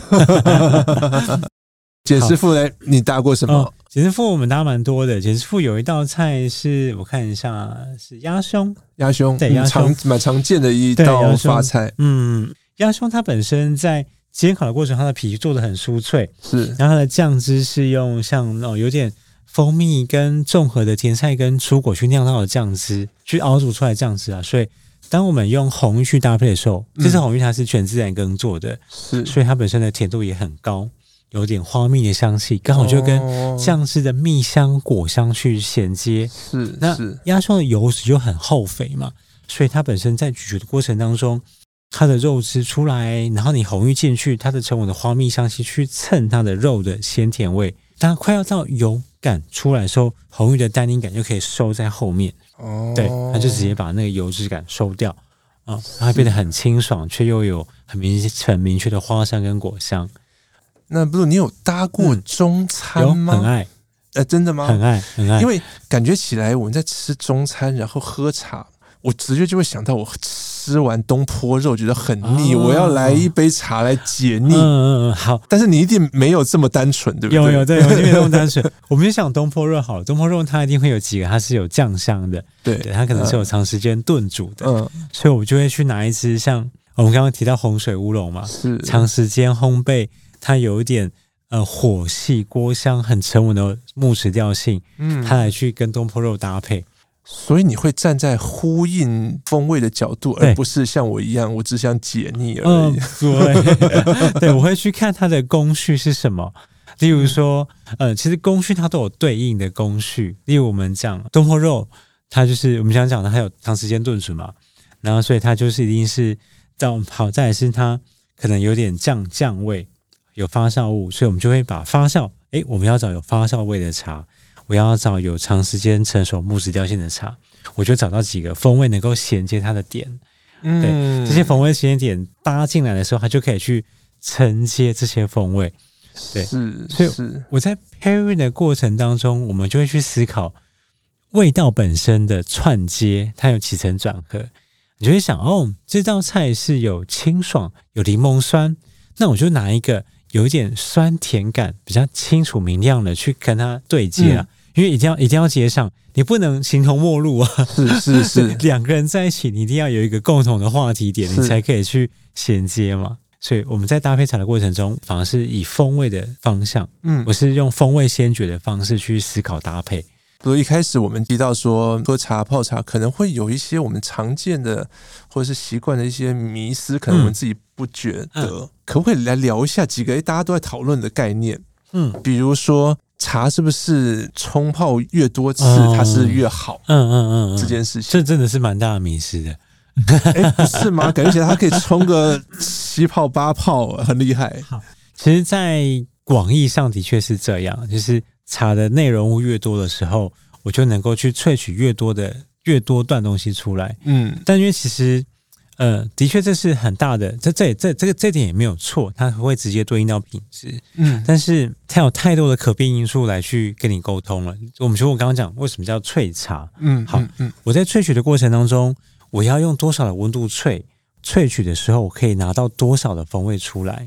简师傅呢？你搭过什么？ 简师傅我们搭蛮多的。简师傅有一道菜是我看一下，是鸭胸，对，鸭胸蛮常见的一道发菜。 鸭胸它本身在煎烤的过程，它的皮做得很酥脆， 是， 然后它的酱汁是用像有点蜂蜜跟综合的甜菜跟蔬果去酿造的酱汁，去熬煮出来的酱汁啊。所以当我们用红玉去搭配的时候，这支红玉它是全自然耕做的， 是， 所以它本身的甜度也很高，有点花蜜的香气，刚好就跟酱汁的蜜香果香去衔接。 是， 那鸭胸的油脂就很厚肥嘛，所以它本身在咀嚼的过程当中，它的肉汁出来，然后你红玉进去，它的沉稳的花蜜香气去蹭它的肉的鲜甜味。当快要到油感出来的时候，红玉的单宁感就可以收在后面。对，它就直接把那个油脂感收掉啊，它变得很清爽，却又有很明确的花香跟果香。 那不是你有搭过中餐吗？ 很爱。 真的吗？ 很爱。 因为感觉起来我们在吃中餐，然后喝茶，我直觉就会想到我吃完东坡肉觉得很腻，我要来一杯茶来解腻。 好， 但是你一定没有这么单纯，对不对？ 有，对，我就没有这么单纯。我们就想东坡肉好了，东坡肉它一定会有几个，它是有酱香的，对，它可能是有长时间炖煮的，所以我就会去拿一支像我们刚刚提到洪水乌龙嘛，是长时间烘焙，它有一点火气锅香很沉稳的木质调性，它来去跟东坡肉搭配。 所以你会站在呼应风味的角度，而不是像我一样，我只想解腻而已。 对，我会去看它的工序是什么。例如说，其实工序它都有对应的工序。例如我们讲东坡肉，它就是我们想讲的，它有长时间炖煮嘛，然后所以它就是一定是好再来是它可能有点酱味，有发酵物，所以我们就会把发酵，我们要找有发酵味的茶。我要找有长时间成熟木质调性的茶，我就找到几个风味能够衔接它的点，对，这些风味衔接点搭进来的时候，它就可以去承接这些风味，对，所以我在 pairing 的过程当中，我们就会去思考味道本身的串接，它有起承转合，你就会想，这道菜是有清爽，有柠檬酸，那我就拿一个有一点酸甜感比较清楚明亮的去跟它对接啊。因为一定要接上，你不能形同陌路啊！是，两个人在一起，你一定要有一个共同的话题点，你才可以去衔接嘛。所以我们在搭配茶的过程中，反而是以风味的方向，我是用风味先觉的方式去思考搭配。 比如一开始我们提到说喝茶泡茶可能会有一些我们常见的或者是习惯的一些迷思，可能我们自己不觉得，可不可以来聊一下几个大家都在讨论的概念？比如说茶是不是冲泡越多次它是越好？这件事情， 这真的是蛮大的迷思的。 不是吗？感觉起来它可以冲个7泡8泡，很厉害。 好，其实，在广义上的确是这样，就是茶的内容物越多的时候，我就能够去萃取越多段东西出来。但因为其实的确这是很大的，这点也没有错，它会直接对应到品质。但是它有太多的可变因素来去跟你沟通了。我刚刚讲为什么叫萃茶？好，我在萃取的过程当中，我要用多少的温度萃取的时候，我可以拿到多少的风味出来。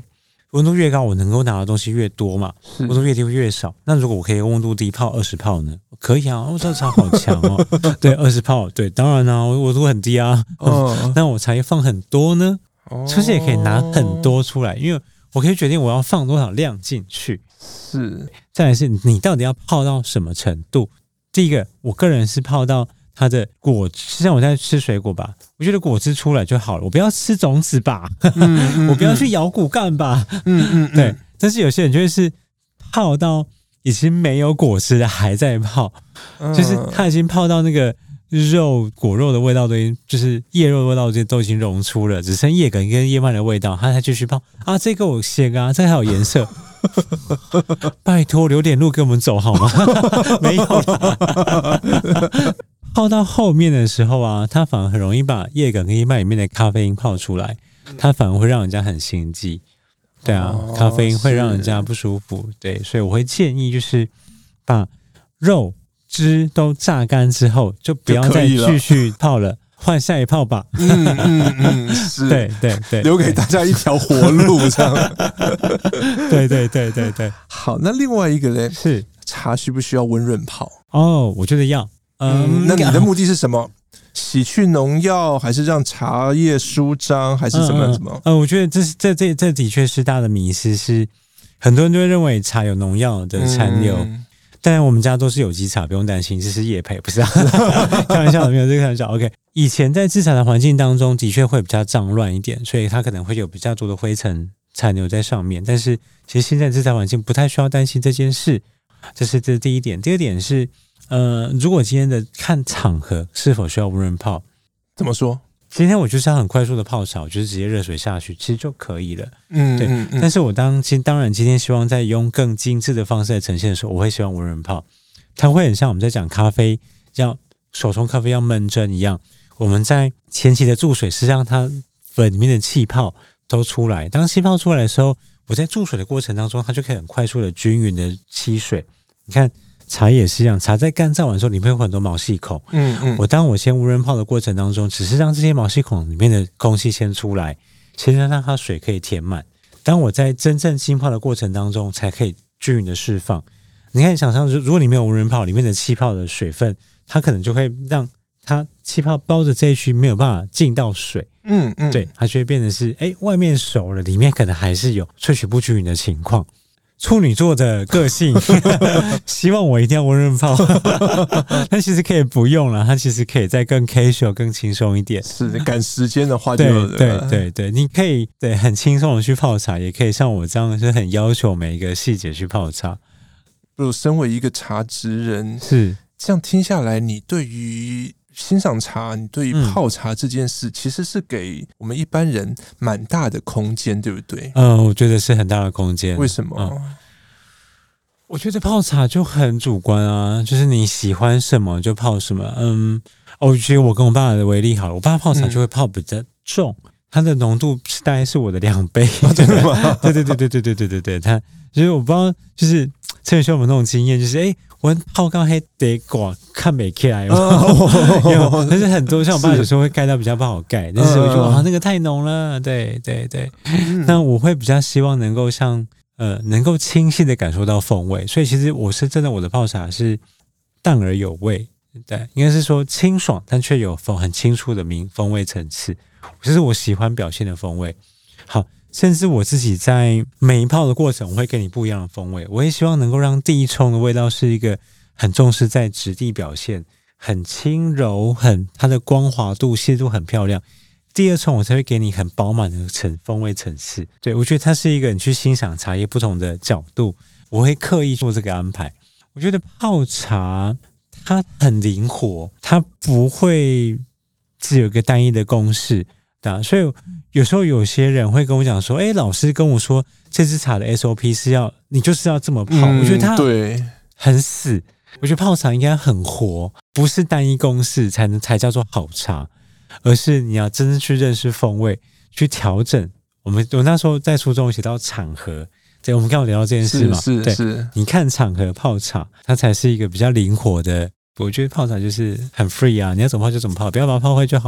温度越高，我能够拿的东西越多嘛，温度越低会越少。那如果我可以温度低泡20泡呢？可以啊，这茶好强哦。对，20泡，对，当然啊，温度很低啊。那我茶叶放很多呢，是不是也可以拿很多出来？因为我可以决定我要放多少量进去。 是， 再来是你到底要泡到什么程度？第一个，我个人是泡到它的果汁，像我在吃水果吧，我觉得果汁出来就好了，我不要吃种子吧，我不要去咬骨干吧，对。但是有些人就会是泡到已经没有果汁的还在泡，就是它已经泡到那个果肉的味道都已经，就是叶肉的味道都已经溶出了，只剩叶梗跟叶脉的味道，它才继续泡啊。这个我鲜啊，这个还有颜色。拜托留点路给我们走好吗？没有啦。泡到后面的时候啊，它反而很容易把叶梗跟叶脉里面的咖啡因泡出来，它反而会让人家很心悸。对啊，咖啡因会让人家不舒服。对，所以我会建议就是把肉汁都榨干之后，就不要再继续泡了。换下一泡吧。 是， 对对对， 留给大家一条活路，这样。 对对对对对。 好，那另外一个呢？ 是茶需不需要温润泡？ 哦，我觉得要。 那你的目的是什么？洗去农药，还是让茶叶舒张，还是怎么？ 我觉得这的确是大的迷思，是很多人都会认为茶有农药的残留。当然，我们家都是有机茶，不用担心，这是业配，不是啊？开玩笑的，没有这个开玩笑。OK， 以前在制茶的环境当中，的确会比较脏乱一点，所以它可能会有比较多的灰尘残留在上面。但是，其实现在制茶环境不太需要担心这件事，这是第一点。第二点是，如果今天的看场合是否需要温润泡， 怎么说？ 今天我就是要很快速的泡茶，我就是直接热水下去，其实就可以了。对。但是我当然今天希望在用更精致的方式来呈现的时候，我会希望温润泡，它会很像我们在讲咖啡，像手冲咖啡要闷蒸一样。我们在前期的注水是让它粉里面的气泡都出来，当气泡出来的时候，我在注水的过程当中，它就可以很快速的均匀的吸水。你看。茶也是一样，茶在干燥完的时候，里面有很多毛细孔。当我先无人泡的过程当中，只是让这些毛细孔里面的空气先出来，先让它水可以填满。当我在真正浸泡的过程当中，才可以均匀的释放。你看，想象如果你没有无人泡，里面的气泡的水分，它可能就会让它气泡包着这一区没有办法进到水。对，它就会变成是，外面熟了，里面可能还是有萃取不均匀的情况。处女座的个性希望我一定要温润泡但其实可以不用了，它其实可以再更 casual 更轻松一点。 是赶时间的话就对，你可以很轻松的去泡茶，也可以像我这样是很要求每一个细节去泡茶。 不如身为一个茶职人， 是这样听下来，你对于欣赏茶，你对于泡茶这件事，其实是给我们一般人蛮大的空间，对不对？ 我觉得是很大的空间。 为什么？ 我觉得泡茶就很主观啊，就是你喜欢什么就泡什么。我觉得我跟我爸的为例好了，我爸泡茶就会泡比较重，它的浓度大概是我的2倍。 真的吗？ 对，他就是我不知道，就是陈宇轩有没有那种经验，就是我泡到黑得挂看不起来但是很多像我爸有时候会盖到比较不好盖，但是我就那个太浓了，对。那我会比较希望能够像能够清晰的感受到风味，所以其实我是真的我的泡茶是淡而有味，对，应该是说清爽但却有很清楚的风味层次，这是我喜欢表现的风味。好。甚至我自己在每一泡的过程，我会给你不一样的风味。我也希望能够让第一冲的味道是一个很重视在质地表现，很轻柔，它的光滑度、细度很漂亮。第二冲我才会给你很饱满的风味层次。对，我觉得它是一个你去欣赏茶叶不同的角度，我会刻意做这个安排。我觉得泡茶它很灵活，它不会只有一个单一的公式。所以有时候有些人会跟我讲说，老师跟我说这支茶的 SOP 是你就是要这么泡，我觉得它很死。我觉得泡茶应该很活，不是单一公式才叫做好茶，而是你要真正去认识风味，去调整。我那时候在书中写到场合，对，我们刚刚聊到这件事嘛， 是， 你看场合泡茶，它才是一个比较灵活的。我觉得泡茶就是很 free 啊，你要怎么泡就怎么泡，不要把它泡坏就好了。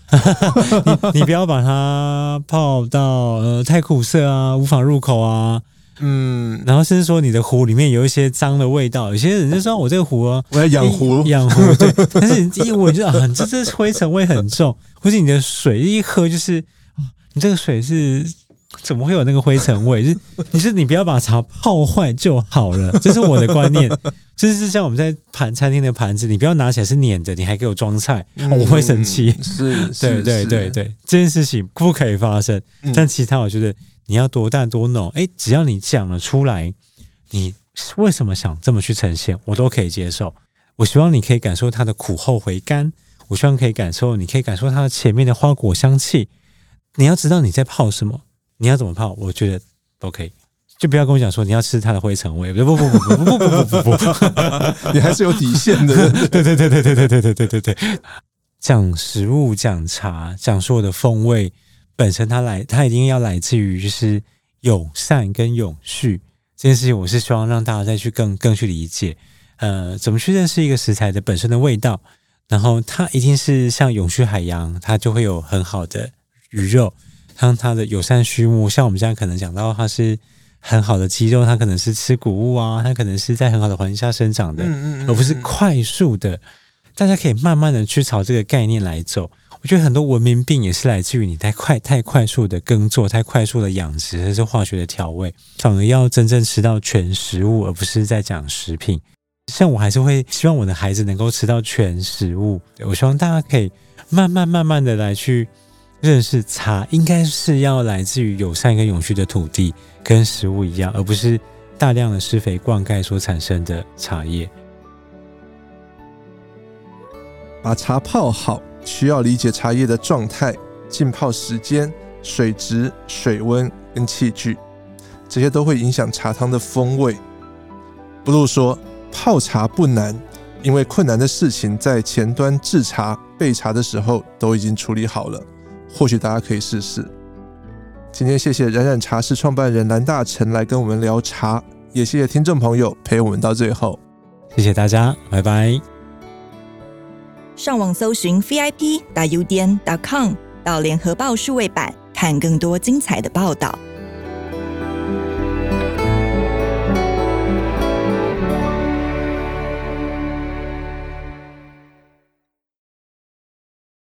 你不要把它泡到太苦涩啊，无法入口啊。然后甚至说你的壶里面有一些脏的味道，有些人就说我这个壶啊， 我要养壶， 对，但是一闻就这灰尘味很重，或是你的水一喝就是你这个水是怎么会有那个灰尘味？你不要把茶泡坏就好了，这是我的观念。就是像我们在餐厅的盘子，你不要拿起来是黏的，你还给我装菜，我会生气。对，这件事情不可以发生。但其他我觉得你要多淡多浓，只要你讲了出来，你为什么想这么去呈现，我都可以接受。我希望你可以感受它的苦后回甘，我希望你可以感受它的前面的花果香气。你要知道你在泡什么，你要怎么泡，我觉得都可以。就不要跟我讲说你要吃它的灰尘味，不， 你还是有底线的。 对，讲食物、讲茶、讲所有的风味本身，它一定要来自于就是友善跟永续这件事情。我是希望让大家再去更去理解，怎么去认识一个食材的本身的味道，然后它一定是像永续海洋，它就会有很好的鱼肉，像它的友善畜牧，像我们现在可能讲到它是很好的鸡肉，它可能是吃谷物啊，它可能是在很好的环境下生长的，而不是快速的。大家可以慢慢的去朝这个概念来走。我觉得很多文明病也是来自于你太快速的耕作，太快速的养殖，或是化学的调味，反而要真正吃到全食物，而不是在讲食品。像我还是会希望我的孩子能够吃到全食物，我希望大家可以慢慢的来去认识茶应该是要来自于友善跟永续的土地，跟食物一样，而不是大量的施肥灌溉所产生的茶叶。 把茶泡好，需要理解茶叶的状态、浸泡时间、水质、水温跟器具，这些都会影响茶汤的风味。不如说，泡茶不难，因为困难的事情在前端制茶、备茶的时候都已经处理好了。或许大家可以试试。今天谢谢冉冉茶室创办人蓝大成来跟我们聊茶，也谢谢听众朋友陪我们到最后。 谢谢大家，拜拜。 上网搜寻 VIP.udn.com 到联合报数位版看更多精彩的报道。